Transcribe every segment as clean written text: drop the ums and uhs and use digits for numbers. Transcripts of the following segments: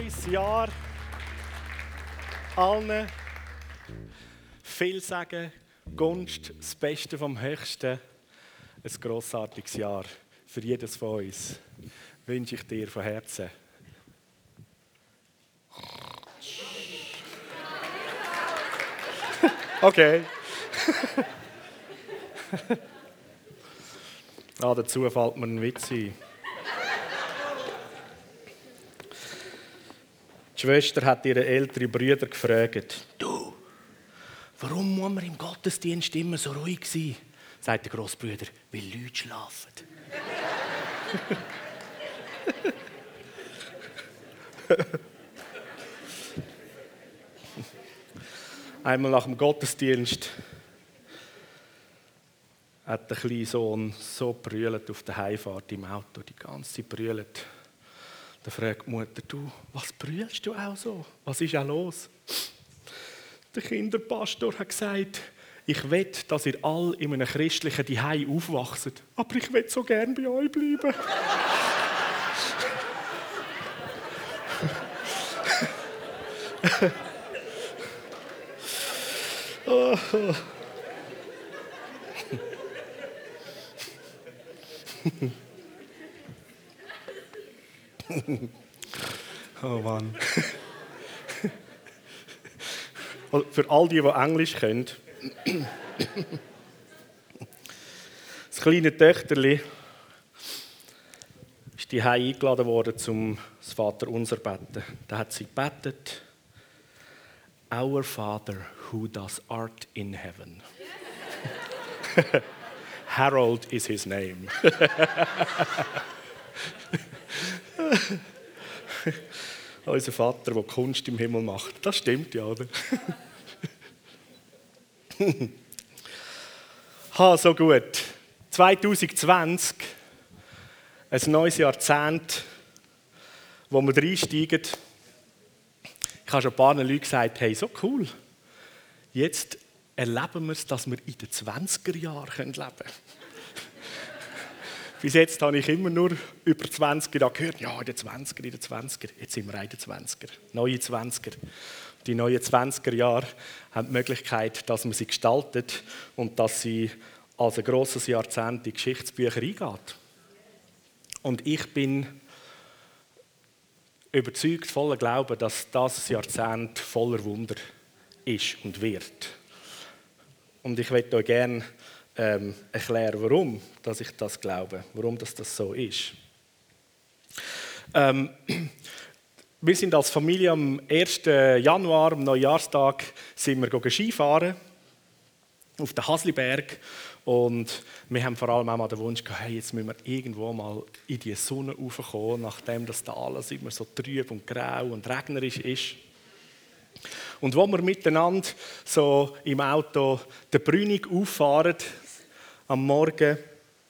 neues Jahr. Allen viel sagen, Gunst, das Beste vom Höchsten. Ein grossartiges Jahr für jedes von uns. Wünsche ich dir von Herzen. Okay. Dazu fällt mir ein Witz ein. Die Schwester hat ihre älteren Brüder gefragt: «Du, warum muss man im Gottesdienst immer so ruhig sein?» Sagt der Grossbruder: «Weil Leute schlafen.» Einmal nach dem Gottesdienst hat der kleine Sohn so brüllt auf der Heimfahrt im Auto, die ganze Zeit brüllt. Da fragt die Mutter: «Du, was brüllst du auch so? Was ist auch los?» Der Kinderpastor hat gesagt: «Ich will, dass ihr alle in einem christlichen Zuhause aufwachset, aber ich will so gern bei euch bleiben.» Oh. Oh Mann. Für all die Englisch können. Das kleine Töchterli ist die Heim eingeladen worden, um das Vaterunser zu beten. Da hat sie gebetet: «Our Father who does art in heaven.» Harold is his name. Unser Vater, der Kunst im Himmel macht. Das stimmt ja, oder? So gut. 2020, ein neues Jahrzehnt, wo wir reinsteigen. Ich habe schon ein paar Leuten gesagt: «Hey, so cool. Jetzt erleben wir es, dass wir in den 20er Jahren leben können.» Bis jetzt habe ich immer nur über 20er gehört. Ja, in den 20er. Jetzt sind wir in den 20er. Neue 20er. Die neuen 20er Jahre haben die Möglichkeit, dass man sie gestaltet und dass sie als ein grosses Jahrzehnt in Geschichtsbücher eingeht. Und ich bin überzeugt, voller Glauben, dass das Jahrzehnt voller Wunder ist und wird. Und ich möchte euch gerne erklären, warum dass ich das glaube, warum das so ist. Wir sind als Familie am 1. Januar, am Neujahrstag, sind wir Skifahren auf den Hasliberg. Und wir haben vor allem auch mal den Wunsch gehabt: «Hey, jetzt müssen wir irgendwo mal in die Sonne raufkommen, nachdem das da alles immer so trüb und grau und regnerisch ist.» Und wo wir miteinander so im Auto den Brünig auffahren, am Morgen,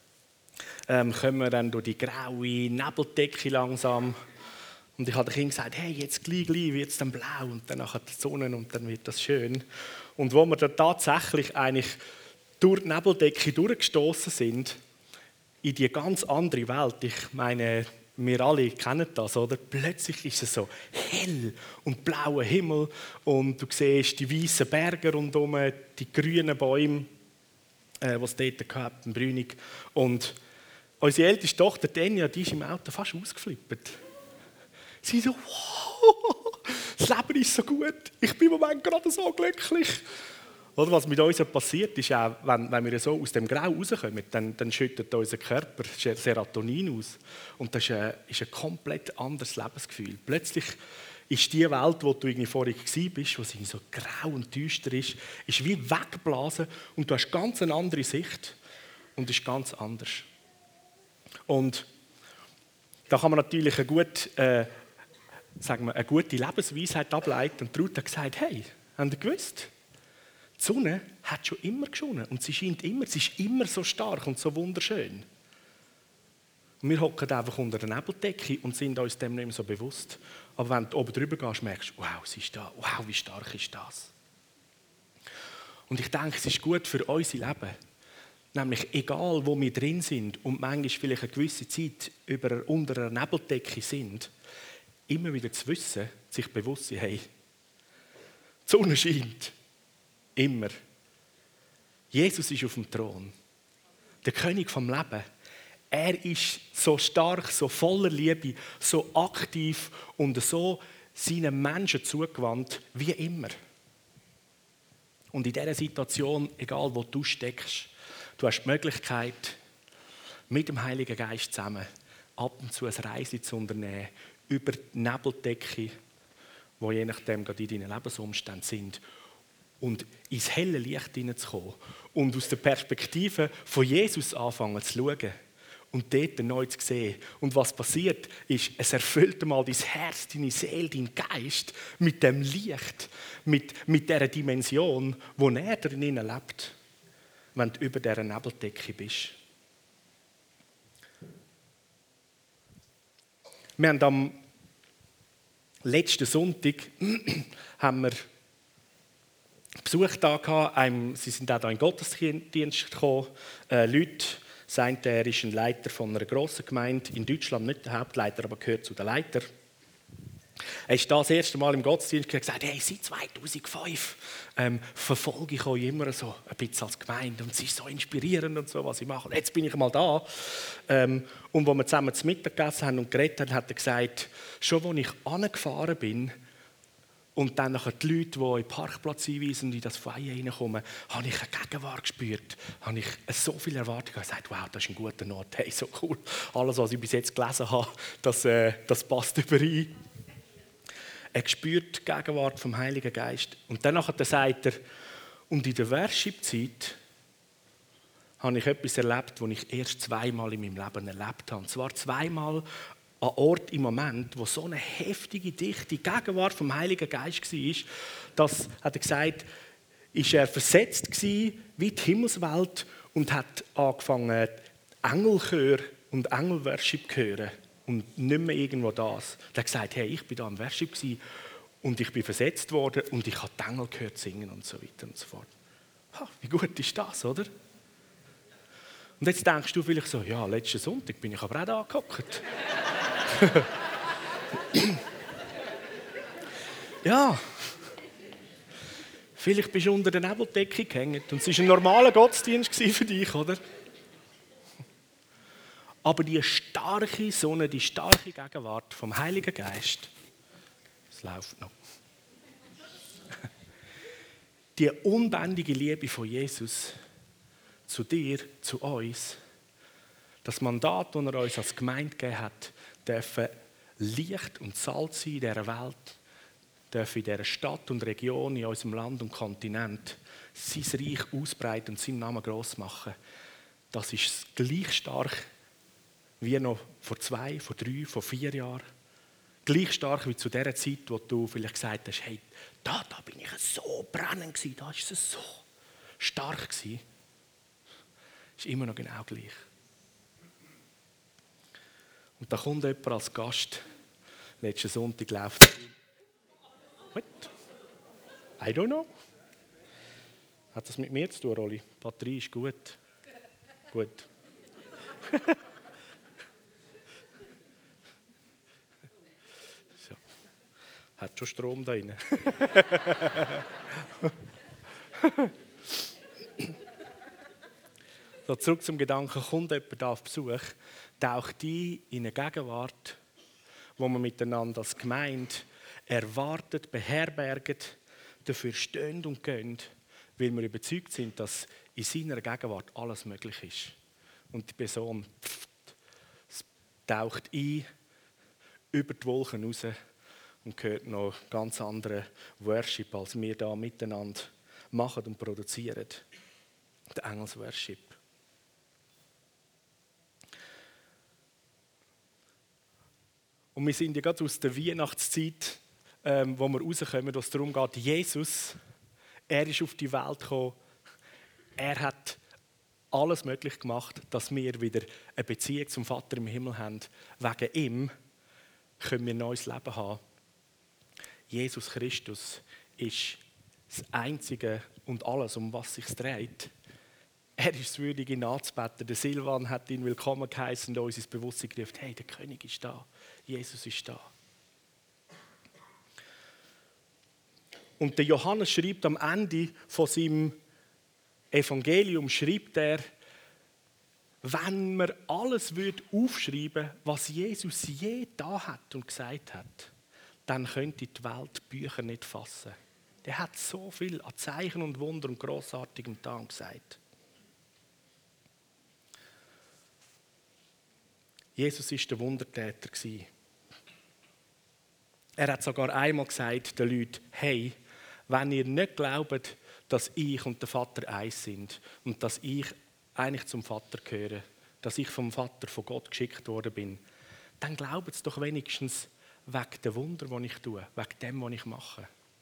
kommen wir dann durch die graue Nebeldecke langsam. Und ich habe den Kindern gesagt: «Hey, jetzt gleich wird es dann blau und dann nachher die Sonne und dann wird das schön.» Und wo wir dann tatsächlich eigentlich durch die Nebeldecke durchgestoßen sind, in die ganz andere Welt. Ich meine, wir alle kennen das, oder? Plötzlich ist es so hell und blauer Himmel und du siehst die weißen Berge rundherum, die grünen Bäume, die es dort gab, im Brünig. Und unsere älteste Tochter, Denia, die ist im Auto fast ausgeflippt. Sie so: «Wow, das Leben ist so gut, ich bin im Moment gerade so glücklich.» Oder was mit uns passiert ist, auch wenn wir so aus dem Grau rauskommen, dann schüttet unser Körper Serotonin aus. Und das ist ein komplett anderes Lebensgefühl. Plötzlich ist die Welt, wo du irgendwie vorher warst, wo sie so grau und düster ist wie weggeblasen und du hast ganz eine andere Sicht und ist ganz anders. Und da kann man natürlich eine gute Lebensweisheit ableiten. Und Ruth hat gesagt: «Hey, habt ihr gewusst? Die Sonne hat schon immer geschonen und sie scheint immer, sie ist immer so stark und so wunderschön. Und wir hocken einfach unter der Nebeldecke und sind uns dem nicht mehr so bewusst. Aber wenn du oben drüber gehst, merkst du: wow, sie ist da, wow, wie stark ist das.» Und ich denke, es ist gut für unser Leben. Nämlich, egal wo wir drin sind und manchmal vielleicht eine gewisse Zeit unter einer Nebeldecke sind, immer wieder zu wissen, sich bewusst sein, hey, die Sonne scheint. Immer. Jesus ist auf dem Thron. Der König vom Leben. Er ist so stark, so voller Liebe, so aktiv und so seinen Menschen zugewandt wie immer. Und in dieser Situation, egal wo du steckst, du hast die Möglichkeit, mit dem Heiligen Geist zusammen ab und zu eine Reise zu unternehmen, über die Nebeldecke, die je nachdem gerade in deinen Lebensumständen sind, und ins helle Licht hineinzukommen und aus der Perspektive von Jesus anfangen zu schauen und dort neu zu sehen. Und was passiert, ist, es erfüllt einmal dein Herz, deine Seele, dein Geist mit dem Licht, mit dieser Dimension, wo er drinnen lebt, wenn du über dieser Nebeldecke bist. Wir haben am letzten Sonntag haben wir Besuch da gehabt. Sie sind auch da in den Gottesdienst gekommen. Leute, er ist ein Leiter von einer grossen Gemeinde in Deutschland, nicht der Hauptleiter, aber gehört zu den Leitern. Er ist da das erste Mal im Gottesdienst und hat gesagt, hey, seit 2005 verfolge ich euch immer so ein bisschen als Gemeinde und es ist so inspirierend und so, was ich mache. Jetzt bin ich mal da. Und als wir zusammen zu Mittag gegessen haben und geredet haben, hat er gesagt, schon als ich angefahren bin, und dann nachher die Leute, die in den Parkplatz einweisen und in das Feuer reinkommen, habe ich eine Gegenwart gespürt. Habe ich so viel erwartet. Ich habe gesagt, wow, das ist ein guter Ort. Hey, so cool. Alles, was ich bis jetzt gelesen habe, das passt überein. Er spürt die Gegenwart vom Heiligen Geist. Und dann sagt er, und in der Worship-Zeit habe ich etwas erlebt, was ich erst zweimal in meinem Leben erlebt habe. Und zwar zweimal an Ort im Moment, wo so eine heftige, dichte Gegenwart vom Heiligen Geist war, dass, hat er gesagt, ist er versetzt gewesen, wie die Himmelswelt und hat angefangen, Engelchör und Engelworship zu hören und nicht mehr irgendwo das. Er hat gesagt, hey, ich bin da am Worship gewesen und ich bin versetzt worden und ich habe die Engel gehört singen und so weiter und so fort. Ha, wie gut ist das, oder? Und jetzt denkst du vielleicht so, ja, letzten Sonntag bin ich aber auch da angehockt. Ja, vielleicht bist du unter der Nebeldecke gehängt und es war ein normaler Gottesdienst für dich, oder? Aber die starke Sonne, die starke Gegenwart vom Heiligen Geist, es läuft noch. Die unbändige Liebe von Jesus zu dir, zu uns, das Mandat, das er uns als Gemeinde gegeben hat, dürfen Licht und Salz sein in dieser Welt, dürfen in dieser Stadt und Region, in unserem Land und Kontinent sein Reich ausbreiten und seinen Namen gross machen. Das ist gleich stark wie noch vor 2, vor 3, vor 4 Jahren. Gleich stark wie zu der Zeit, wo du vielleicht gesagt hast, hey, da bin ich so brennend gewesen, da war es so stark gewesen. Ist immer noch genau gleich. Und da kommt jemand als Gast. Letzten Sonntag läuft. What? I don't know. Hat das mit mir zu tun, Rolli? Die Batterie ist gut. Gut. So. Hat schon Strom da drin. So, zurück zum Gedanken, kommt jemand da auf Besuch, taucht ein in eine Gegenwart, wo man miteinander als Gemeinde erwartet, beherbergt, dafür stehen und gehen, weil wir überzeugt sind, dass in seiner Gegenwart alles möglich ist. Und die Person taucht ein, über die Wolken raus und hört noch ganz andere Worship, als wir da miteinander machen und produzieren. Der Engelsworship. Und wir sind ja gerade aus der Weihnachtszeit, wo wir rauskommen, wo es darum geht, Jesus, er ist auf die Welt gekommen, er hat alles möglich gemacht, dass wir wieder eine Beziehung zum Vater im Himmel haben. Wegen ihm können wir ein neues Leben haben. Jesus Christus ist das Einzige und alles, um was es sich dreht. Er ist es würdig, ihn anzubeten. Der Silvan hat ihn willkommen geheißen und uns ins Bewusstsein gerufen, hey, der König ist da, Jesus ist da. Und der Johannes schreibt am Ende von seinem Evangelium, schreibt er, wenn man alles aufschreiben würde, was Jesus je da hat und gesagt hat, dann könnte die Welt die Bücher nicht fassen. Der hat so viel an Zeichen und Wunder und Grossartigem da und gesagt. Jesus war der Wundertäter. Er hat sogar einmal gesagt den Leuten, hey, wenn ihr nicht glaubt, dass ich und der Vater eins sind und dass ich eigentlich zum Vater gehöre, dass ich vom Vater, von Gott geschickt worden bin, dann glaubt es doch wenigstens wegen der Wunder, die ich tue, wegen dem, was ich mache.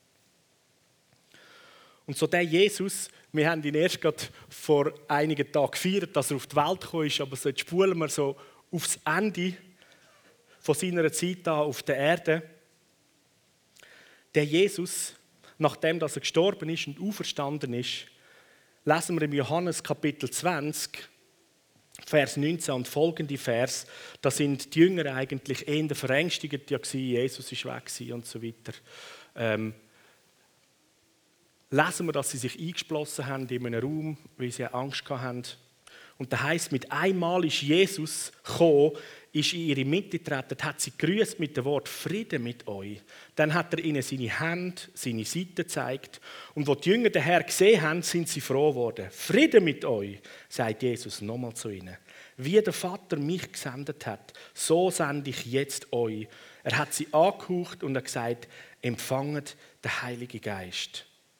Und so der Jesus, wir haben ihn erst gerade vor einigen Tagen gefeiert, dass er auf die Welt gekommen ist, aber jetzt spulen wir so aufs Ende von seiner Zeit da auf der Erde. Der Jesus, nachdem dass er gestorben ist und auferstanden ist, lesen wir im Johannes Kapitel 20, Vers 19 und folgende Vers. Da sind die Jünger eigentlich eher verängstigt, ja, Jesus ist weg und so weiter. Lesen wir, dass sie sich eingeschlossen haben in einem Raum, weil sie Angst hatten. Und da heisst, mit einmal ist Jesus gekommen, ist in ihre Mitte getreten, hat sie gegrüßt mit dem Wort Friede mit euch. Dann hat er ihnen seine Hände, seine Seite gezeigt. Und als die Jünger den Herrn gesehen haben, sind sie froh geworden. Friede mit euch, sagt Jesus nochmal zu ihnen. Wie der Vater mich gesendet hat, so sende ich jetzt euch. Er hat sie angehaucht und hat gesagt, empfanget den Heiligen Geist.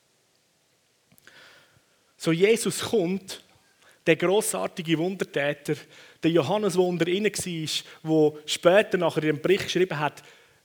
So Jesus kommt, der grossartige Wundertäter, der Johannes, der unter ihnen war, der später nachher in einem Bericht geschrieben hat,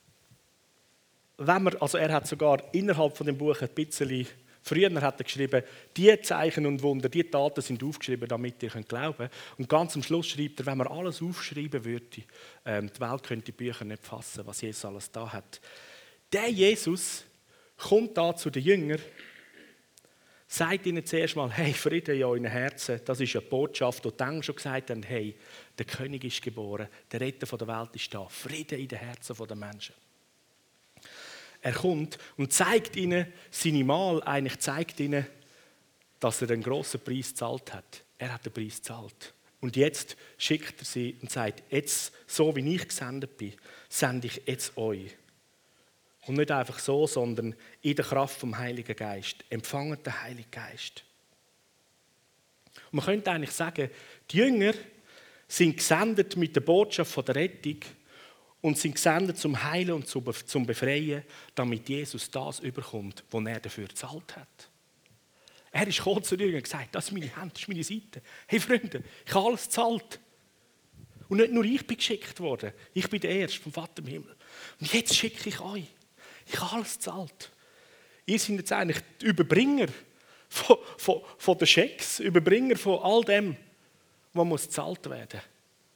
er hat sogar innerhalb von dem Buch ein bisschen, früher hat er geschrieben, die Zeichen und Wunder, die Taten sind aufgeschrieben, damit ihr glauben könnt. Und ganz am Schluss schreibt er, wenn man alles aufschreiben würde, die Welt könnte die Bücher nicht fassen, was Jesus alles da hat. Der Jesus kommt da zu den Jüngern, sagt ihnen zuerst mal, hey, Friede in euren Herzen. Das ist eine Botschaft, die die Engel schon gesagt haben, hey, der König ist geboren, der Retter der Welt ist da. Friede in den Herzen der Menschen. Er kommt und zeigt ihnen, seine Mal eigentlich zeigt ihnen, dass er einen grossen Preis gezahlt hat. Er hat den Preis gezahlt. Und jetzt schickt er sie und sagt, jetzt, so wie ich gesendet bin, sende ich jetzt euch. Und nicht einfach so, sondern in der Kraft vom Heiligen Geist. Empfangen den Heiligen Geist. Und man könnte eigentlich sagen, die Jünger sind gesendet mit der Botschaft von der Rettung und sind gesendet zum Heilen und zum Befreien, damit Jesus das überkommt, was er dafür gezahlt hat. Er ist gekommen zu den Jüngern und gesagt, das ist meine Hand, das ist meine Seite. Hey Freunde, ich habe alles gezahlt. Und nicht nur ich bin geschickt worden, ich bin der Erste vom Vater im Himmel. Und jetzt schicke ich euch. Ich habe alles gezahlt. Ihr seid jetzt eigentlich die Überbringer von den Schecks, Überbringer von all dem, was gezahlt werden muss.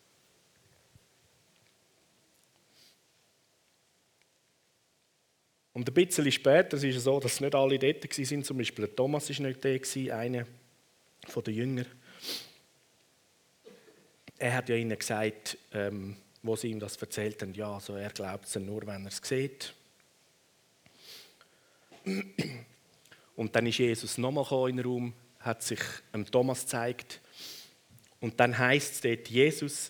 Und ein bisschen später ist es so, dass nicht alle dort waren. Zum Beispiel der Thomas war nicht da, einer der Jünger. Er hat ja ihnen gesagt, wo sie ihm das erzählt haben, ja, also er glaubt es nur, wenn er es sieht. Und dann ist Jesus nochmal in den Raum, hat sich Thomas gezeigt. Und dann heisst es dort, Jesus,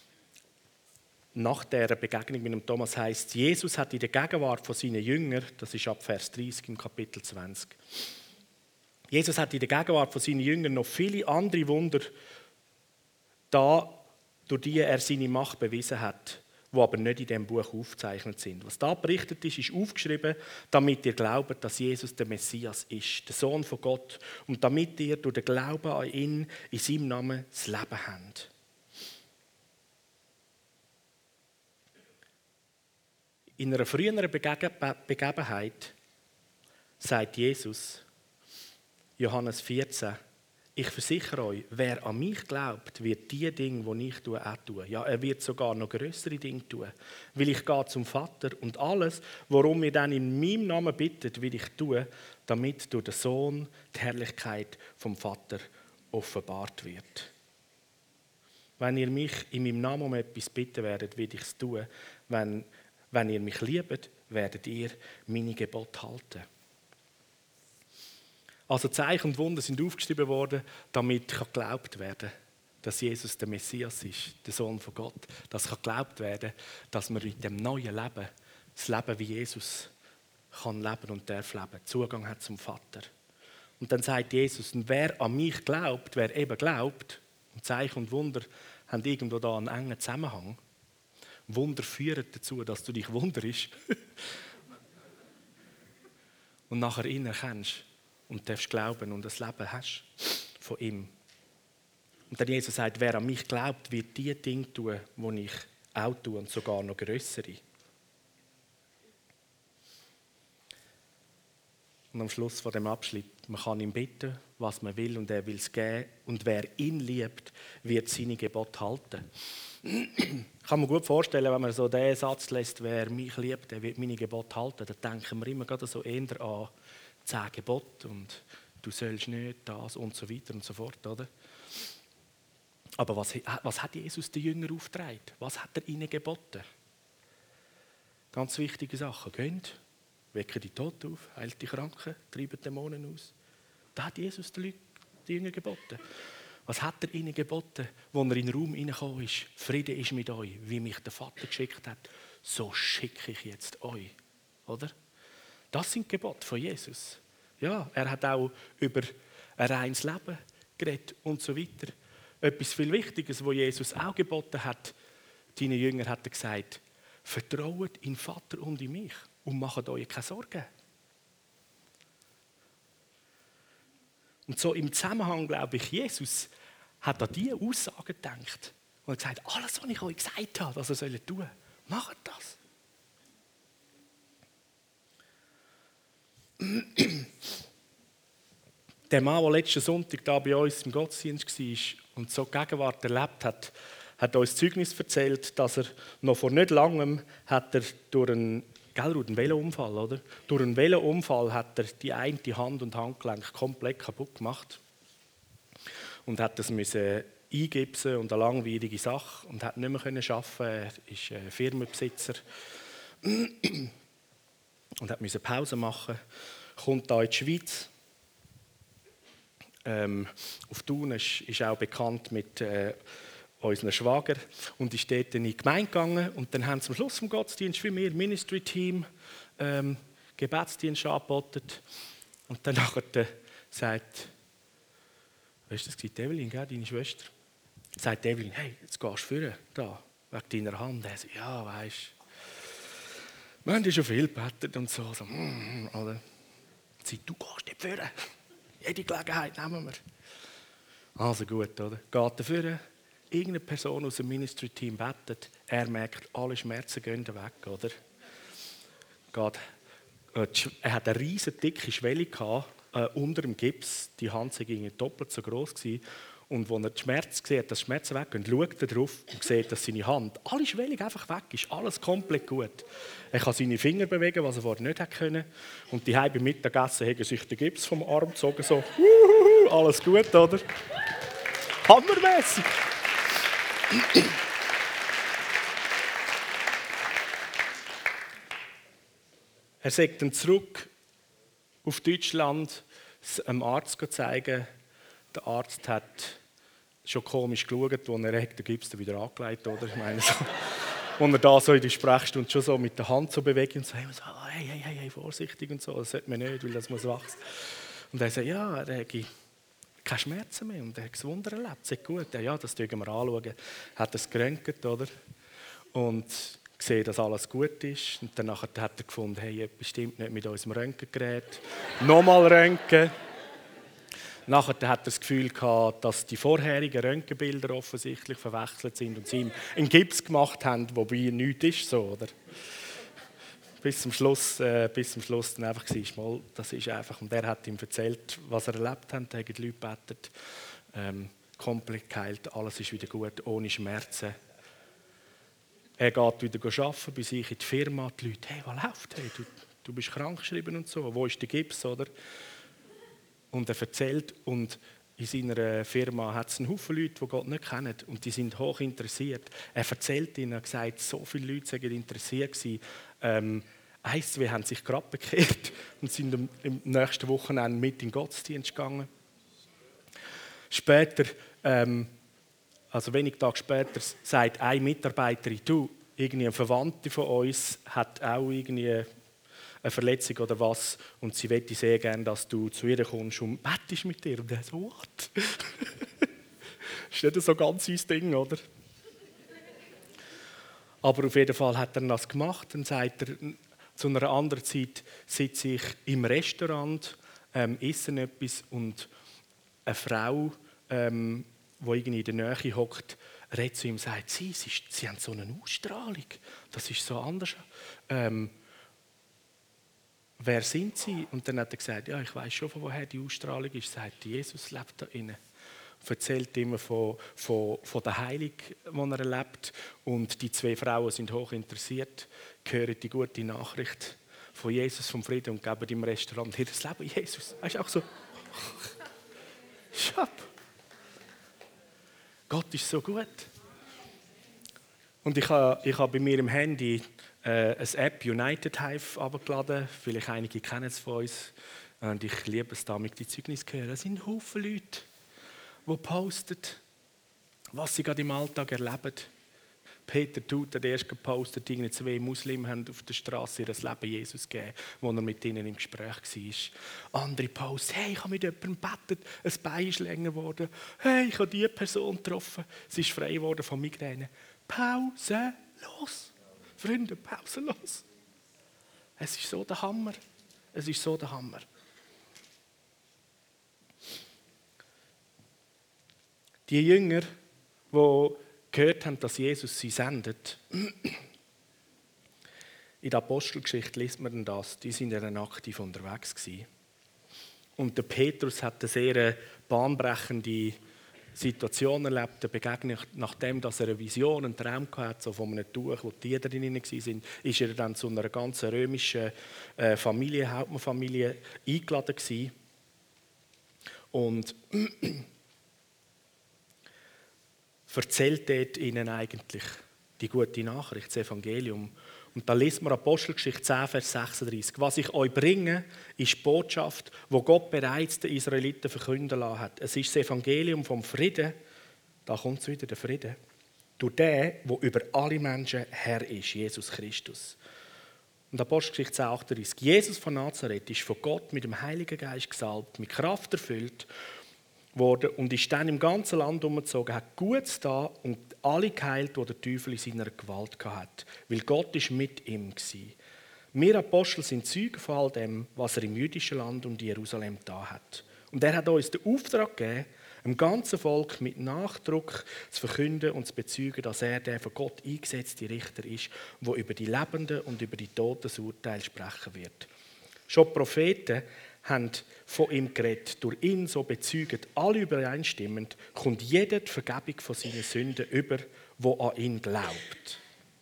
nach der Begegnung mit dem Thomas heisst es, Jesus hat in der Gegenwart von seinen Jüngern, das ist ab Vers 30 im Kapitel 20, Jesus hat in der Gegenwart von seinen Jüngern noch viele andere Wunder da, durch die er seine Macht bewiesen hat, die aber nicht in diesem Buch aufgezeichnet sind. Was da berichtet ist, ist aufgeschrieben, damit ihr glaubt, dass Jesus der Messias ist, der Sohn von Gott, und damit ihr durch den Glauben an ihn in seinem Namen das Leben habt. In einer früheren Begebenheit sagt Jesus, Johannes 14, ich versichere euch, wer an mich glaubt, wird die Dinge, die ich tue, auch tun. Ja, er wird sogar noch grössere Dinge tun. Weil ich gehe zum Vater und alles, worum ihr dann in meinem Namen bittet, will ich tun, damit durch den Sohn die Herrlichkeit vom Vater offenbart wird. Wenn ihr mich in meinem Namen um etwas bitten werdet, will ich es tun. Wenn ihr mich liebt, werdet ihr meine Gebote halten. Also Zeichen und Wunder sind aufgeschrieben worden, damit geglaubt werden kann, dass Jesus der Messias ist, der Sohn von Gott. Dass geglaubt werden kann, dass man mit dem neuen Leben, das Leben wie Jesus, kann leben und darf leben, Zugang hat zum Vater. Und dann sagt Jesus, wer an mich glaubt, wer eben glaubt, und Zeichen und Wunder haben irgendwo da einen engen Zusammenhang. Wunder führen dazu, dass du dich wunderst und nachher ihn erkennst und darfst glauben und das Leben hast von ihm. Und dann Jesus sagt, wer an mich glaubt, wird die Dinge tun, die ich auch tue und sogar noch grössere. Und am Schluss von dem Abschnitt, man kann ihm bitten, was man will, und er will es geben. Und wer ihn liebt, wird seine Gebote halten. Ich kann mir gut vorstellen, wenn man so den Satz lässt, wer mich liebt, der wird meine Gebote halten, dann denken wir immer gerade so eher an 10 Gebote und du sollst nicht das und so weiter und so fort, oder? Aber was hat Jesus den Jüngern aufgetragen? Was hat er ihnen geboten? Ganz wichtige Sachen. Geht, wecke die Toten auf, heilt die Kranken, treibt Dämonen aus. Da hat Jesus den Jüngern geboten. Was hat er ihnen geboten, als er in den Raum hineingekommen ist? Friede ist mit euch, wie mich der Vater geschickt hat, so schicke ich jetzt euch. Oder? Das sind Gebote von Jesus. Ja, er hat auch über ein reines Leben geredet und so weiter. Etwas viel Wichtiges, was Jesus auch geboten hat, deinen Jüngern hat er gesagt, vertraut in den Vater und in mich und macht euch keine Sorgen. Und so im Zusammenhang, glaube ich, Jesus hat an diese Aussagen gedacht und hat gesagt, alles, was ich euch gesagt habe, was ihr tun sollt, macht das. Der Mann, der letzten Sonntag da bei uns im Gottesdienst war und so die Gegenwart erlebt hat, hat uns Zeugnis erzählt, dass er noch vor nicht langem hat er durch einen Velounfall, oder? Durch einen Velounfall hat er die eine Hand und Handgelenk komplett kaputt gemacht und hat das müssen eingipsen und eine langwierige Sache und hat nicht mehr arbeiten. Er ist Firmenbesitzer und hat müssen Pause machen. Kommt da in die Schweiz. Auf Thun ist auch bekannt mit unseren Schwager und ist dort in die Gemeinde gegangen und dann haben sie am Schluss vom Gottesdienst wie wir Ministry-Team Gebetsdienst angeboten und dann sagt, weißt du, das war Evelyn, gell, deine Schwester, sagt Evelyn, hey, jetzt gehst du führen, da, wegen deiner Hand. Er sagt, ja, weisst du, wir haben ja schon viel gebetet und so, oder? Sie, du gehst nicht führen. Jede Gelegenheit nehmen wir. Also gut, oder? Geht dafür, irgendeine Person aus dem Ministry-Team betet, er merkt, alle Schmerzen gehen weg, oder? Er hat eine riesige dicke Schwelle gehabt, unter dem Gips, die Hand war doppelt so groß gewesen. Und als er die Schmerzen sieht, dass die Schmerzen weggehen, schaut er drauf und sieht, dass seine Hand, alle Schwellung einfach weg ist, alles komplett gut. Er kann seine Finger bewegen, was er vorher nicht hätte können. Und die beim Mittagessen haben sich den Gips vom Arm gezogen, so, alles gut, oder? Hammermäßig! Er sagt dann zurück auf Deutschland, einem Arzt zeigen. Der Arzt hat schon komisch geschaut, als er den Gips wieder angelegt hat. Ich meine, so, als er da so in der Sprechstunde schon so mit der Hand so bewegt und so, hey, vorsichtig und so, das sollte man nicht, weil das muss wachsen. Und er sagt, ja, er hat keine Schmerzen mehr und er hat das Wunder erlebt, sehr gut. Ja, das schauen wir anschauen. Hat es geröntgt, oder? Und gesehen, dass alles gut ist. Und dann hat er gefunden, hey, etwas stimmt nicht mit unserem Röntgengerät. Nochmal röntgen. Nachher hat er das Gefühl gehabt, dass die vorherigen Röntgenbilder offensichtlich verwechselt sind und sie ihm einen Gips gemacht haben, wobei nichts ist, so, oder? Bis zum Schluss dann einfach war, mal, das ist einfach. Und er hat ihm erzählt, was er erlebt hat, da haben die Leute gebetet, komplett geheilt, alles ist wieder gut, ohne Schmerzen. Er geht wieder arbeiten bei sich in die Firma, die Leute, hey, was läuft? Hey, du bist krankgeschrieben und so, wo ist der Gips, oder? Und er erzählt, und in seiner Firma hat es einen Haufen Leute, die Gott nicht kennen, und die sind hoch interessiert. Er erzählt ihnen, er hat gesagt, so viele Leute waren interessiert gewesen, 2 haben sich gerade bekehrt und sind im nächsten Wochenende mit in den Gottesdienst gegangen. Später, also wenige Tage später, sagt eine Mitarbeiterin, du, irgendwie ein Verwandter von uns hat auch irgendwie eine Verletzung oder was und sie möchte sehr gerne, dass du zu ihr kommst und bettest mit ihr. Und er so, what? Das ist nicht so ganz sein Ding, oder? Aber auf jeden Fall hat er das gemacht. Dann sagt er, zu einer anderen Zeit sitze ich im Restaurant, esse etwas und eine Frau, die irgendwie in der Nähe hockt, redet zu ihm und sagt, sie haben so eine Ausstrahlung. Das ist so anders. Wer sind Sie? Und dann hat er gesagt, ja, ich weiß schon, von woher die Ausstrahlung ist. Er sagt, Jesus lebt da innen. Er erzählt immer von der Heilung, die er erlebt. Und die 2 Frauen sind hoch interessiert, hören die gute Nachricht von Jesus, vom Frieden und geben im Restaurant ihr Leben Jesus. Er ist auch so, schau, Gott ist so gut. Und ich habe bei mir im Handy eine App, United Hive, abgeladen. Vielleicht einige kennen es von uns. Und ich liebe es, damit die Zeugnisse zu hören. Es sind Haufen Leute, die posten, was sie gerade im Alltag erleben. Peter Tut hat erst gepostet, 2 Muslime haben auf der Straße ihr Leben Jesus gegeben, wo er mit ihnen im Gespräch war. Andere posten, hey, ich habe mit jemandem gebetet, ein Bein ist länger geworden. Hey, ich habe diese Person getroffen, sie ist frei geworden von Migräne. Pausenlos. Freunde, pausenlos. Es ist so der Hammer. Es ist so der Hammer. Die Jünger, die gehört haben, dass Jesus sie sendet, in der Apostelgeschichte liest man das, die sind dann aktiv unterwegs gewesen. Und der Petrus hat eine sehr bahnbrechende Situation erlebt, eine Begegnung, nachdem dass er eine Vision, einen Traum hatte, so von einem Tuch, wo die Tiere drin waren, ist er dann zu einer ganzen römischen Familie, Hauptmannfamilie eingeladen gewesen. Und erzählt dort ihnen eigentlich die gute Nachricht, das Evangelium. Und da liest man Apostelgeschichte 10, Vers 36. Was ich euch bringe, ist die Botschaft, die Gott bereits den Israeliten verkünden lassen hat. Es ist das Evangelium vom Frieden, da kommt es wieder, der Frieden, durch den, der über alle Menschen Herr ist, Jesus Christus. Und Apostelgeschichte 10, 38. Jesus von Nazareth ist von Gott mit dem Heiligen Geist gesalbt, mit Kraft erfüllt worden und ist dann im ganzen Land umgezogen, hat Gutes da und alle geheilt, die der Teufel in seiner Gewalt hatte, weil Gott ist mit ihm war. Wir Apostel sind Zeugen von all dem, was er im jüdischen Land und Jerusalem da hat. Und er hat uns den Auftrag gegeben, dem ganzen Volk mit Nachdruck zu verkünden und zu bezeugen, dass er der von Gott eingesetzte Richter ist, der über die Lebenden und über die Toten das Urteil sprechen wird. Schon die Propheten haben von ihm geredet. Durch ihn, so bezeugen alle übereinstimmend, kommt jeder die Vergebung von seinen Sünden über, der an ihn glaubt.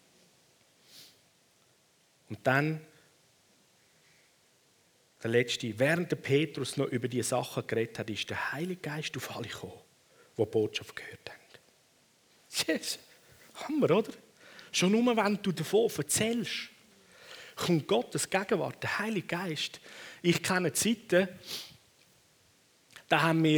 Und dann der letzte, während der Petrus noch über diese Sachen geredet hat, ist der Heilige Geist auf alle gekommen, die die Botschaft gehört haben. Yes. Hammer, oder? Schon nur, wenn du davon erzählst, kommt Gottes Gegenwart, der Heilige Geist. Ich kenne Zeiten, da haben wir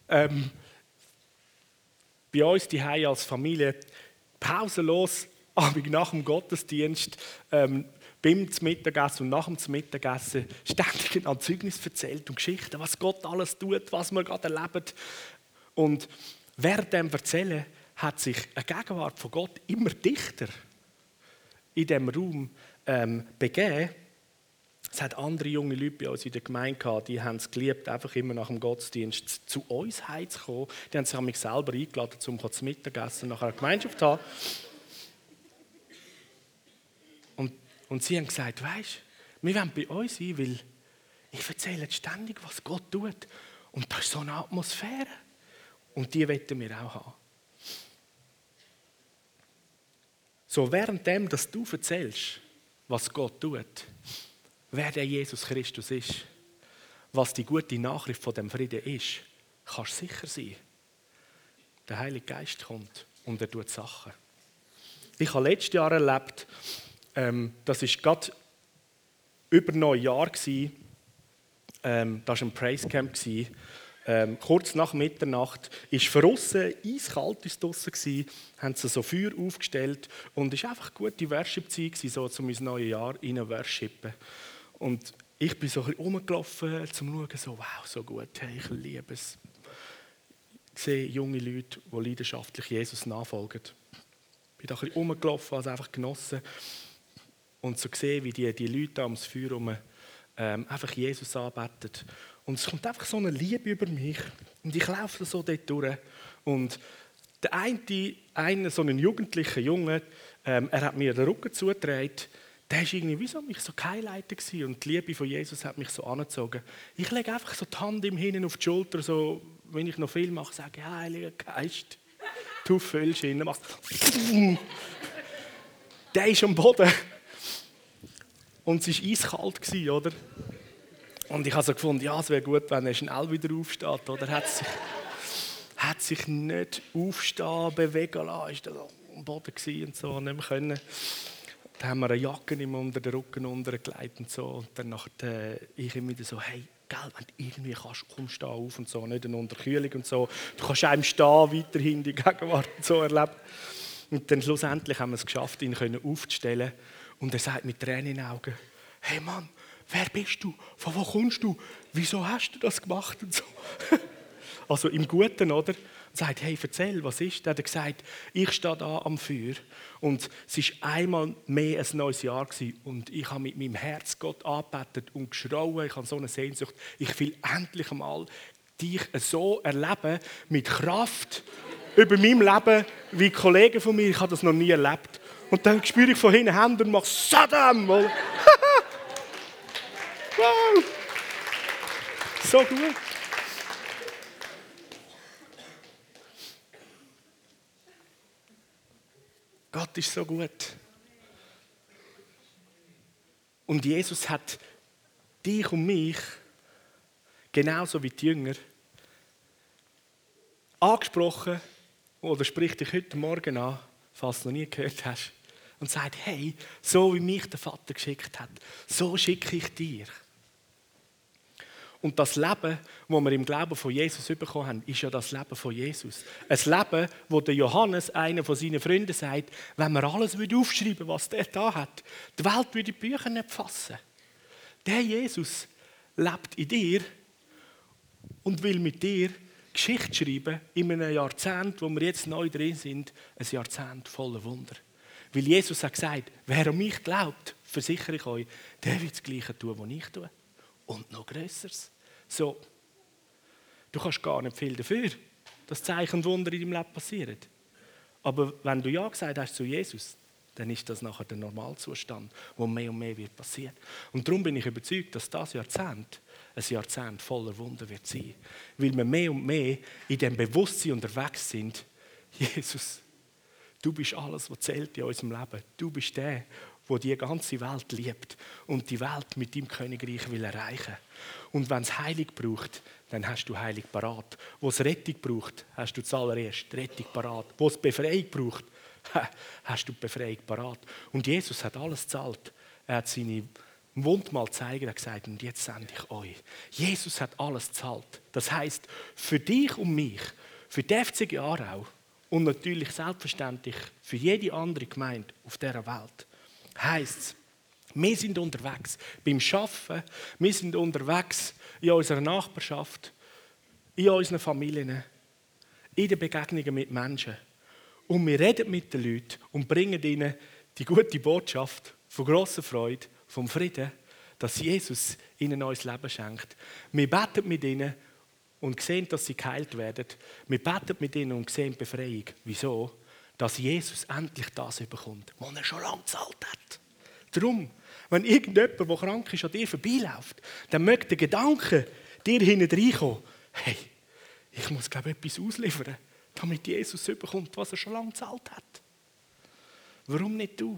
bei uns die Hause als Familie pausenlos nach dem Gottesdienst beim Mittagessen und nach dem Mittagessen ständig an Zeugnis erzählt und Geschichten, was Gott alles tut, was wir gerade erleben. Und während dem Erzählen hat sich eine Gegenwart von Gott immer dichter in diesem Raum begeben. Es hat andere junge Leute bei uns in der Gemeinde gehabt, die haben es geliebt, einfach immer nach dem Gottesdienst zu uns heimzukommen. Die haben sich an mich selber eingeladen, um zu Mittagessen nach einer Gemeinschaft zu haben. Und sie haben gesagt, weisst, wir wollen bei uns sein, weil ich erzähle ständig, was Gott tut. Und da ist so eine Atmosphäre. Und die wollen wir auch haben. So währenddem, dass du erzählst, was Gott tut, wer der Jesus Christus ist, was die gute Nachricht von dem Frieden ist, kannst du sicher sein. Der Heilige Geist kommt und er tut Sachen. Ich habe letztes Jahr erlebt, das ist gerade über Neujahr. Das war ein Praise Camp. Kurz nach Mitternacht war draussen eiskalt draussen, haben sie so Feuer aufgestellt und es war einfach eine gute Worship-Zeit, so um ins neue Jahr rein worshipen. Und ich bin so ein bisschen rumgelaufen, um zu schauen, so, wow, so gut, hey, ich liebe es. Ich sehe junge Leute, die leidenschaftlich Jesus nachfolgen. Ich bin da ein bisschen rumgelaufen, habe es einfach genossen und so gesehen, wie die Leute ums Feuer herum einfach Jesus anbeten. Und es kommt einfach so eine Liebe über mich. Und ich laufe so dort durch. Und der eine so ein jugendlicher Junge, er hat mir den Rücken zugetragen. Der war irgendwie wie so mich so gehighlightet gewesen. Und die Liebe von Jesus hat mich so angezogen. Ich lege einfach so die Hand ihm hinten auf die Schulter, so, wenn ich noch viel mache, sage ich, Heiliger Geist, du füllst ihn. Machst der ist am Boden. Und es war eiskalt, oder? Und ich habe so gefunden, ja, es wäre gut, wenn er schnell wieder aufsteht. Oder? Er hat sich nicht aufstehen, bewegen lassen. Er war am Boden und so, nicht mehr können. Dann haben wir eine Jacke ihm unter den Rücken untergelegt und so. Und dann ich ihm wieder so, hey, gell, wenn du irgendwie kannst, komm, steh auf und so, nicht eine Unterkühlung und so. Du kannst einem stehen, weiterhin die Gegenwart und so erleben. Und dann schlussendlich haben wir es geschafft, ihn aufzustellen. Und er sagt mit Tränen in den Augen, hey Mann, wer bist du? Von wo kommst du? Wieso hast du das gemacht? Und so. Also im Guten, oder? Und sagt, hey, erzähl, was ist? Er hat gesagt, ich stehe da am Feuer und es war einmal mehr ein neues Jahr gewesen. Und ich habe mit meinem Herz Gott angebetet und geschrauen. Ich habe so eine Sehnsucht. Ich will endlich einmal dich so erleben, mit Kraft über meinem Leben, wie Kollegen von mir. Ich habe das noch nie erlebt. Und dann spüre ich von hinten Hände und mache Saddam. Wow! So gut. Gott ist so gut. Und Jesus hat dich und mich, genauso wie die Jünger, angesprochen oder spricht dich heute Morgen an, falls du noch nie gehört hast, und sagt, hey, so wie mich der Vater geschickt hat, so schicke ich dir. Und das Leben, das wir im Glauben von Jesus bekommen haben, ist ja das Leben von Jesus. Ein Leben, wo der Johannes, einer von seinen Freunden, sagt, wenn man alles aufschreiben würde, was der da hat, die Welt würde die Bücher nicht fassen. Der Jesus lebt in dir und will mit dir Geschichte schreiben in einem Jahrzehnt, wo wir jetzt neu drin sind, ein Jahrzehnt voller Wunder. Weil Jesus hat gesagt, wer an mich glaubt, versichere ich euch, der wird das Gleiche tun, was ich tue. Und noch Grösseres. So, du kannst gar nicht viel dafür, dass Zeichen und Wunder in deinem Leben passieren. Aber wenn du Ja gesagt hast zu Jesus, dann ist das nachher der Normalzustand, wo mehr und mehr wird passieren. Und darum bin ich überzeugt, dass das Jahrzehnt ein Jahrzehnt voller Wunder wird sein. Weil wir mehr und mehr in dem Bewusstsein unterwegs sind, Jesus, du bist alles, was zählt in unserem Leben. Du bist der, der die ganze Welt liebt und die Welt mit deinem Königreich will erreichen. Und wenn es Heilung braucht, dann hast du Heilung parat. Wo es Rettung braucht, hast du zuallererst die Rettung parat. Wo es Befreiung braucht, hast du die Befreiung parat. Und Jesus hat alles gezahlt. Er hat seine Wund mal gezeigt und gesagt, und jetzt sende ich euch. Jesus hat alles gezahlt. Das heisst, für dich und mich, für die FCG Aarau und natürlich selbstverständlich für jede andere Gemeinde auf dieser Welt, heisst es, wir sind unterwegs beim Arbeiten, wir sind unterwegs in unserer Nachbarschaft, in unseren Familien, in den Begegnungen mit Menschen. Und wir reden mit den Leuten und bringen ihnen die gute Botschaft von grosser Freude, vom Frieden, dass Jesus ihnen ein neues Leben schenkt. Wir beten mit ihnen und sehen, dass sie geheilt werden. Wir beten mit ihnen und sehen Befreiung. Wieso? Dass Jesus endlich das bekommt, was er schon lange gezahlt hat. Darum, wenn irgendjemand, der krank ist, an dir vorbeiläuft, dann möchte der Gedanke dir hinten reinkommen, hey, ich muss, glaube ich, etwas ausliefern, damit Jesus bekommt, was er schon lange gezahlt hat. Warum nicht du?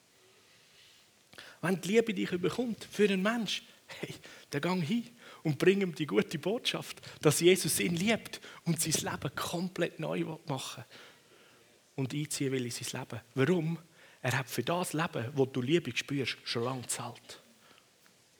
Wenn die Liebe dich bekommt für einen Menschen, hey, dann geh hin und bring ihm die gute Botschaft, dass Jesus ihn liebt und sein Leben komplett neu machen will und einziehen will in sein Leben. Warum? Er hat für das Leben, das du Liebe spürst, schon lange gezahlt.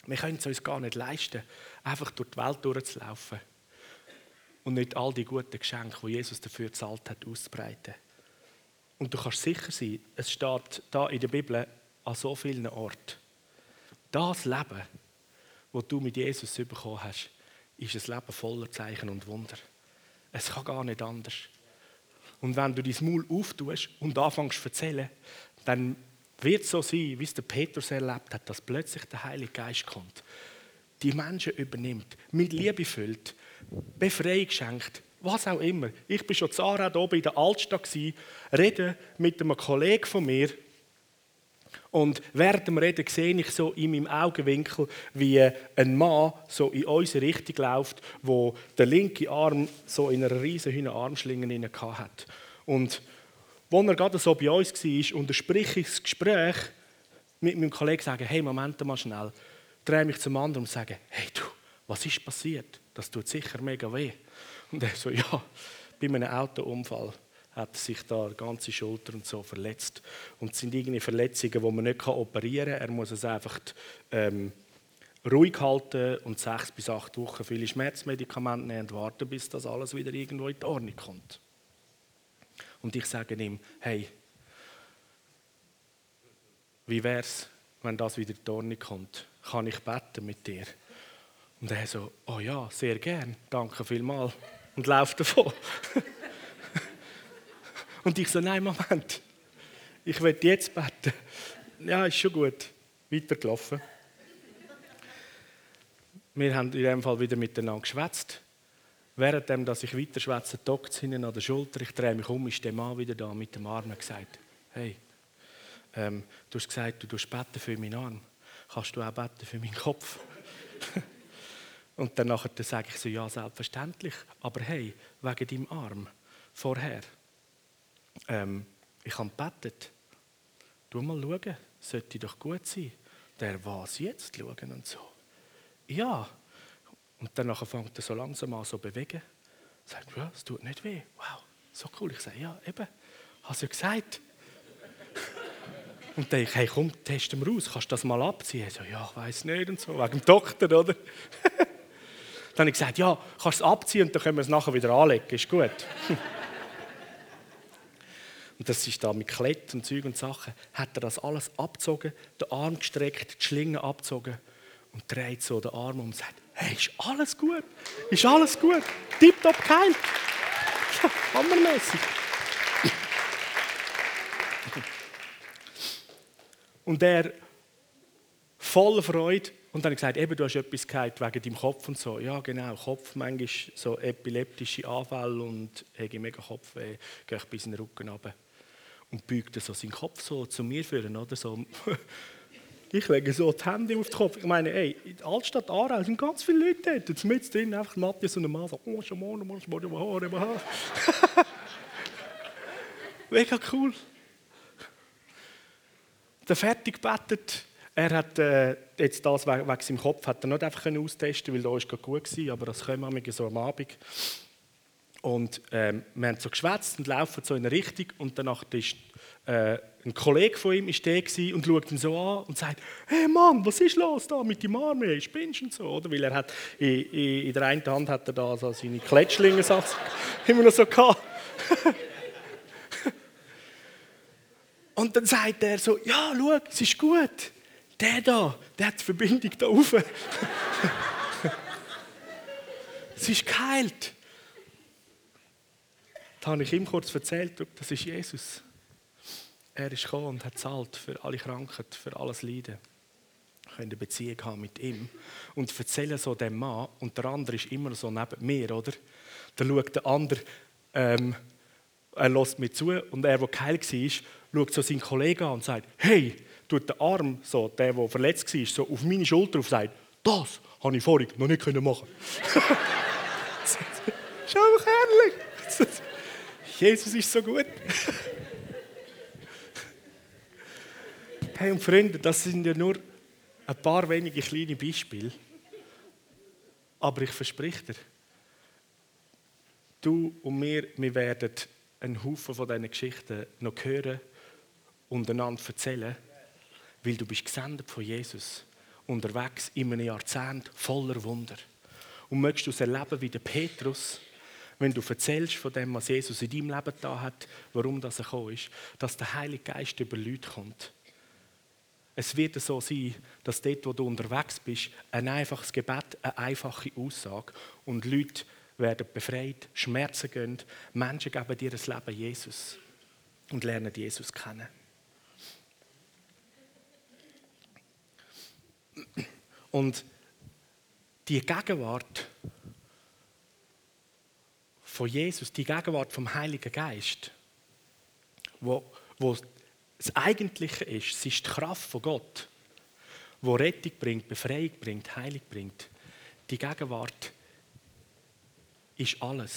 Wir können es uns gar nicht leisten, einfach durch die Welt durchzulaufen und nicht all die guten Geschenke, die Jesus dafür gezahlt hat, auszubreiten. Und du kannst sicher sein, es steht da in der Bibel an so vielen Orten. Das Leben, das du mit Jesus bekommen hast, ist ein Leben voller Zeichen und Wunder. Es kann gar nicht anders. Und wenn du dein Maul auftust und anfängst zu erzählen, dann wird es so sein, wie es der Petrus erlebt hat, dass plötzlich der Heilige Geist kommt, die Menschen übernimmt, mit Liebe füllt, Befreiung schenkt, was auch immer. Ich war schon zu Aarau oben in der Altstadt, rede mit einem Kollegen von mir. Und während dem Reden sehe ich so in meinem Augenwinkel, wie ein Mann so in unsere Richtung läuft, wo der linke Arm so in einer riesen Armschlinge hatte. Und als er gerade so bei uns war, unterspreche ich das Gespräch mit meinem Kollegen, sage, hey, Moment mal schnell, drehe mich zum anderen und sage, hey du, was ist passiert? Das tut sicher mega weh. Und er so, ja, bei einem Autounfall hat sich da die ganze Schulter und so verletzt. Und es sind irgendwie Verletzungen, die man nicht operieren kann. Er muss es einfach ruhig halten und 6 bis 8 Wochen viele Schmerzmedikamente nehmen und warten, bis das alles wieder irgendwo in die Ordnung kommt. Und ich sage ihm, hey, wie wäre es, wenn das wieder in die Ordnung kommt? Kann ich beten mit dir? Und er so, oh ja, sehr gern, danke vielmals. Und läuft davon. Und ich so, nein, Moment, ich will jetzt beten. Ja, ist schon gut. Weitergelaufen. Wir haben in dem Fall wieder miteinander geschwätzt. Währenddem, dass ich weiter schwätze, dockt es hinten an der Schulter. Ich drehe mich um, ist der Mann wieder da mit dem Arm und gesagt, hey, du hast gesagt, du beten für meinen Arm. Kannst du auch beten für meinen Kopf? Und dann sage ich so, ja, selbstverständlich. Aber hey, wegen deinem Arm, vorher, ich habe gebetet. Du mal schauen, sollte doch gut sein. Der was jetzt schauen und so. Ja. Und dann fängt er so langsam an, so zu bewegen. Sagt, ja, es tut nicht weh. Wow, so cool. Ich sage, ja, eben, hast du ja gesagt. Und dann ich, hey, komm, testen wir aus, kannst du das mal abziehen? Er so, ja, ich weiss nicht und so, wegen dem Doktor, oder? Dann habe ich gesagt, ja, kannst du es abziehen und dann können wir es nachher wieder anlegen, ist gut. Und das ist da mit Klett und Zeug und Sachen, hat er das alles abgezogen, den Arm gestreckt, die Schlinge abgezogen und dreht so den Arm um und sagt, hey, ist alles gut, ist alles gut, tipptopp geheilt. Hammermäßig. Und er voller Freude. Und dann habe ich gesagt, eben, du hast etwas gesagt wegen deinem Kopf und so. Ja, genau, Kopf, manchmal so epileptische Anfälle und habe mega Kopfweh, gehe ich bis in den Rücken runter. Und beugte so seinen Kopf so zu mir führen, oder so. Ich lege so die Hände auf den Kopf. Ich meine, ey, in der Altstadt Aarau sind ganz viele Leute dort. Jetzt mit drin einfach Matthias und ein Mann so, oh, schon mal, mega cool. Der fertig gebetet. Er hat jetzt das wegen seinem Kopf hat er nicht einfach austesten, weil da ist gut war, aber das können wir so am Abend. Und wir haben so geschwätzt und laufen so in eine Richtung und danach ist ein Kollege von ihm ist der und schaut ihn so an und sagt, hey Mann, was ist los da mit deinem Arm? Hey, spinnst du und so, oder? Weil er hat in der einen Hand hat er da so seine Klettschlinge immer noch so gehabt. Und dann sagt er so, ja, schau, es ist gut. Der da, der hat die Verbindung da rauf. Es ist geheilt. Da habe ich ihm kurz erzählt, das ist Jesus. Er ist gekommen und hat gezahlt für alle Krankheit, für alles Leiden. Wir können eine Beziehung haben mit ihm. Und erzählen so dem Mann, und der andere ist immer so neben mir, oder? Dann schaut der andere, er lässt mir zu, und er, der geheilt war, schaut so seinen Kollegen an und sagt, hey, tut den Arm, so, der verletzt war, so auf meine Schulter und sagt, das habe ich vorhin noch nicht machen können. Schau mal, herrlich. Jesus ist so gut. Hey, und Freunde, das sind ja nur ein paar wenige kleine Beispiele. Aber ich verspreche dir, du und wir werden einen Haufen von diesen Geschichten noch hören und einander erzählen, weil du bist gesendet von Jesus. unterwegs in einem Jahrzehnt voller Wunder. Und möchtest du es erleben wie der Petrus, wenn du erzählst von dem, was Jesus in deinem Leben da hat, warum das gekommen ist, dass der Heilige Geist über Leute kommt. Es wird so sein, dass dort, wo du unterwegs bist, ein einfaches Gebet, eine einfache Aussage und Leute werden befreit, Schmerzen gehen, Menschen geben dir das Leben Jesus und lernen Jesus kennen. Und die Gegenwart von Jesus, die Gegenwart vom Heiligen Geist, wo das Eigentliche ist, es ist die Kraft von Gott, die Rettung bringt, Befreiung bringt, Heilung bringt. Die Gegenwart ist alles.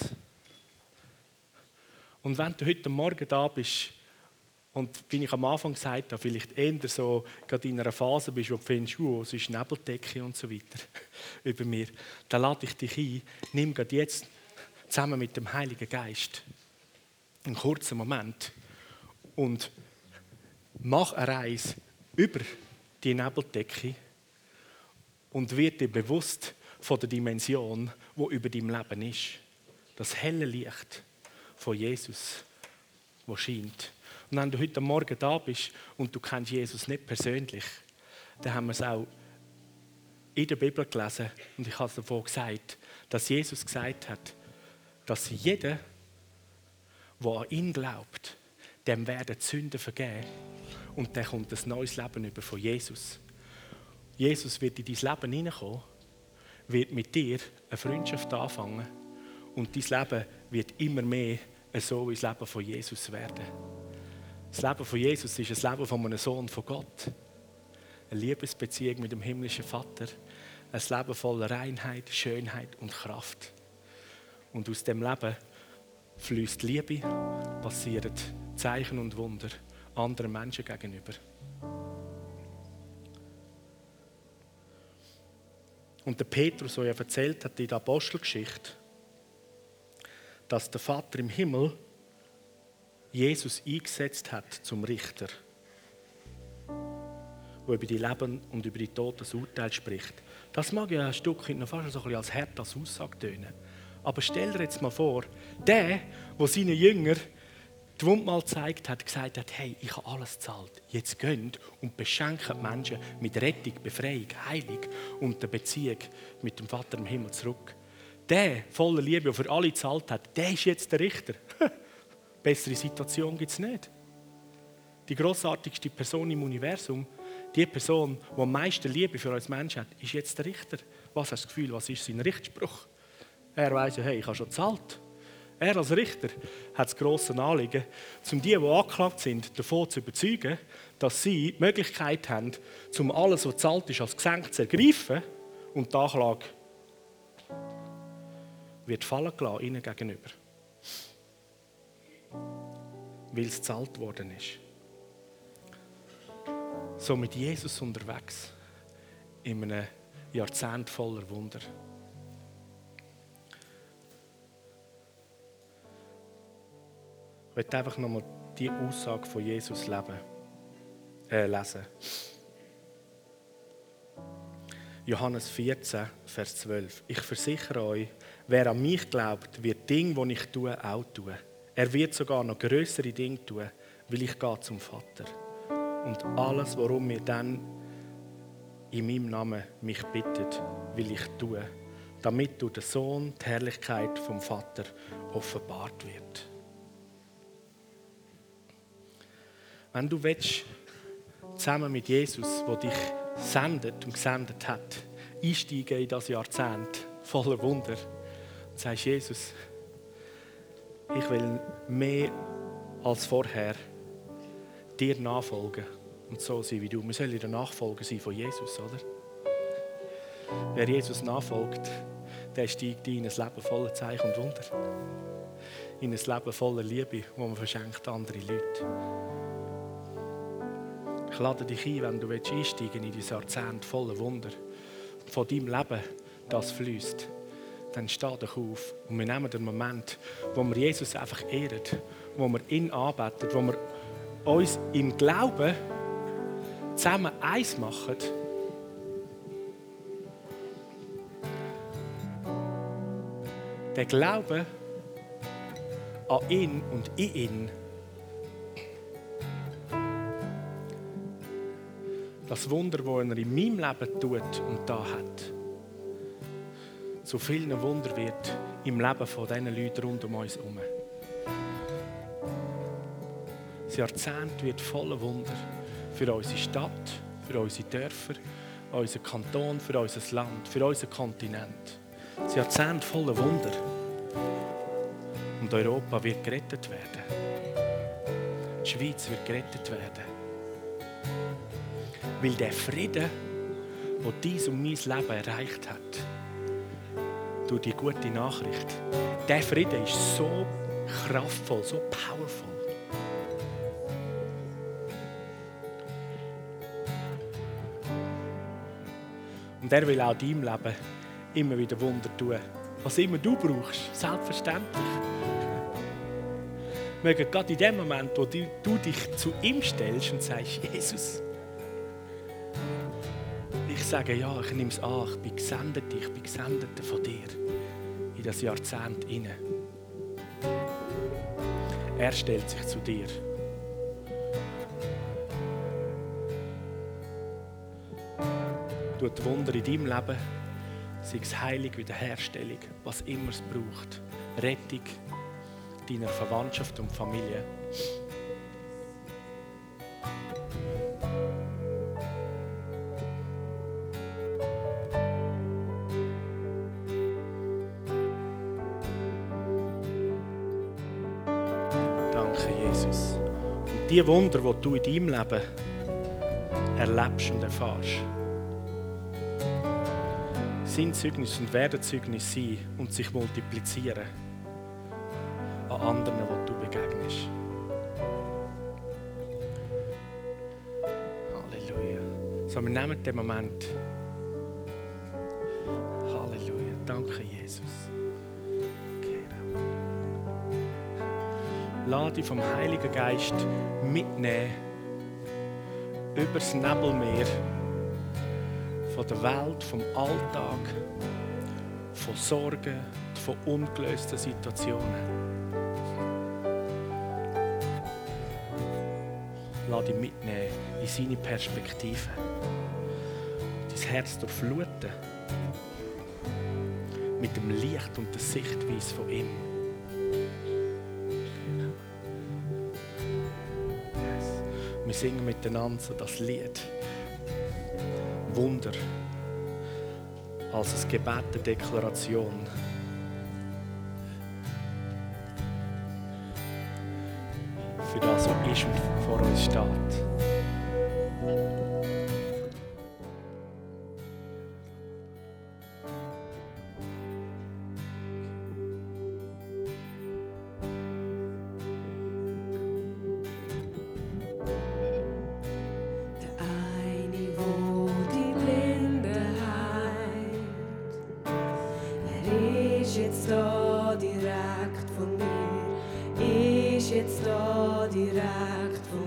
Und wenn du heute Morgen da bist und, wie ich am Anfang gesagt habe, vielleicht eher so gerade in einer Phase bist, wo du findest, es ist Nebeldecke und so weiter über mir, dann lade ich dich ein, nimm gerade jetzt zusammen mit dem Heiligen Geist einen kurzen Moment und mach eine Reise über die Nebeldecke und wird dir bewusst von der Dimension, die über deinem Leben ist. Das helle Licht von Jesus, das scheint. Und wenn du heute Morgen da bist und du kennst Jesus nicht persönlich, dann haben wir es auch in der Bibel gelesen und ich habe es davon gesagt, dass Jesus gesagt hat, dass jeder, der an ihn glaubt, dem werden die Sünden vergeben und dann kommt ein neues Leben über von Jesus. Jesus wird in dein Leben hineinkommen, wird mit dir eine Freundschaft anfangen und dein Leben wird immer mehr so wie das Leben von Jesus werden. Das Leben von Jesus ist das Leben von einem Sohn von Gott. Eine Liebesbeziehung mit dem himmlischen Vater. Ein Leben voller Reinheit, Schönheit und Kraft. Und aus dem Leben fließt Liebe, passieren Zeichen und Wunder anderen Menschen gegenüber. Und der Petrus, der ja erzählt hat in der Apostelgeschichte, dass der Vater im Himmel Jesus eingesetzt hat zum Richter, der über die Leben und über die Toten das Urteil spricht. Das mag ja ein Stück noch fast so ein bisschen als hart als Aussage tönen. Aber stell dir jetzt mal vor, der seinen Jüngern die Wundmal gezeigt hat, gesagt hat, hey, ich habe alles gezahlt. Jetzt geht und beschenkt die Menschen mit Rettung, Befreiung, Heilung und der Beziehung mit dem Vater im Himmel zurück. Der voller Liebe, der für alle gezahlt hat, der ist jetzt der Richter. Bessere Situation gibt es nicht. Die grossartigste Person im Universum, die Person, die am meisten Liebe für uns Menschen hat, ist jetzt der Richter. Was hast du das Gefühl, was ist sein Richtspruch? Er weiss ja, hey, ich habe schon gezahlt. Er als Richter hat das grosse Anliegen, um die angeklagt sind, davon zu überzeugen, dass sie die Möglichkeit haben, um alles, was gezahlt ist, als Geschenk zu ergreifen und die Anklage wird fallen gelassen ihnen gegenüber. Weil es gezahlt worden ist. So mit Jesus unterwegs, in einem Jahrzehnt voller Wunder. Ich möchte einfach nochmal die Aussage von Jesus lesen. Johannes 14, Vers 12. Ich versichere euch, wer an mich glaubt, wird Dinge, die ich tue, auch tun. Er wird sogar noch grössere Dinge tun, weil ich gehe zum Vater. Und alles, worum ihr dann in meinem Namen mich bittet, will ich tun, damit durch den Sohn die Herrlichkeit vom Vater offenbart wird. Wenn du willst, zusammen mit Jesus, der dich sendet und gesendet hat, einsteigen in das Jahrzehnt voller Wunder und sagst, Jesus, ich will mehr als vorher dir nachfolgen und so sein wie du. Wir sollen der Nachfolger sein von Jesus, oder? Wer Jesus nachfolgt, der steigt in ein Leben voller Zeichen und Wunder. In ein Leben voller Liebe, das man verschenkt andere Leute. Ich lade dich ein, wenn du einsteigen in dein Jahrzehnt voller Wunder, von deinem Leben das fließt, dann steh doch auf und wir nehmen den Moment, wo wir Jesus einfach ehren, wo wir ihn anbeten, wo wir uns im Glauben zusammen eins machen Der Glaube an ihn und in ihn, das Wunder, das er in meinem Leben tut und da hat, zu vielen Wunder wird im Leben von diesen Leuten rund um uns herum. Das Jahrzehnt wird voller Wunder für unsere Stadt, für unsere Dörfer, unseren Kanton, für unser Land, für unseren Kontinent. Das Jahrzehnt voller Wunder. Und Europa wird gerettet werden. Die Schweiz wird gerettet werden. Weil der Frieden, der dies und mein Leben erreicht hat, durch die gute Nachricht, der Frieden ist so kraftvoll, so powerful. Und er will auch in deinem Leben immer wieder Wunder tun. Was immer du brauchst, selbstverständlich. Möge gerade in dem Moment, wo du dich zu ihm stellst und sagst, Jesus, ich sage ja, ich nehme es an, ich bin gesendet von dir in das Jahrzehnt hinein. Er stellt sich zu dir. Tut Wunder in deinem Leben, sei es Heilung, Wiederherstellung, was immer es braucht. Rettung deiner Verwandtschaft und Familie. Danke, Jesus. Und die Wunder, die du in deinem Leben erlebst und erfährst, sind Zeugnis und werden Zeugnis sein und sich multiplizieren an anderen, die du begegnest. Halleluja. So, wir nehmen den Moment. Halleluja. Danke, Jesus. Lass dich vom Heiligen Geist mitnehmen über das Nebelmeer von der Welt, vom Alltag, von Sorgen, von ungelösten Situationen. Lass dich mitnehmen in seine Perspektive. Dein Herz durchfluten mit dem Licht und der Sichtweise von ihm. Yes. Wir singen miteinander so das Lied. Wunder als ein Gebet, eine Deklaration. Für das, was ist und vor uns steht. Jetzt da direkt von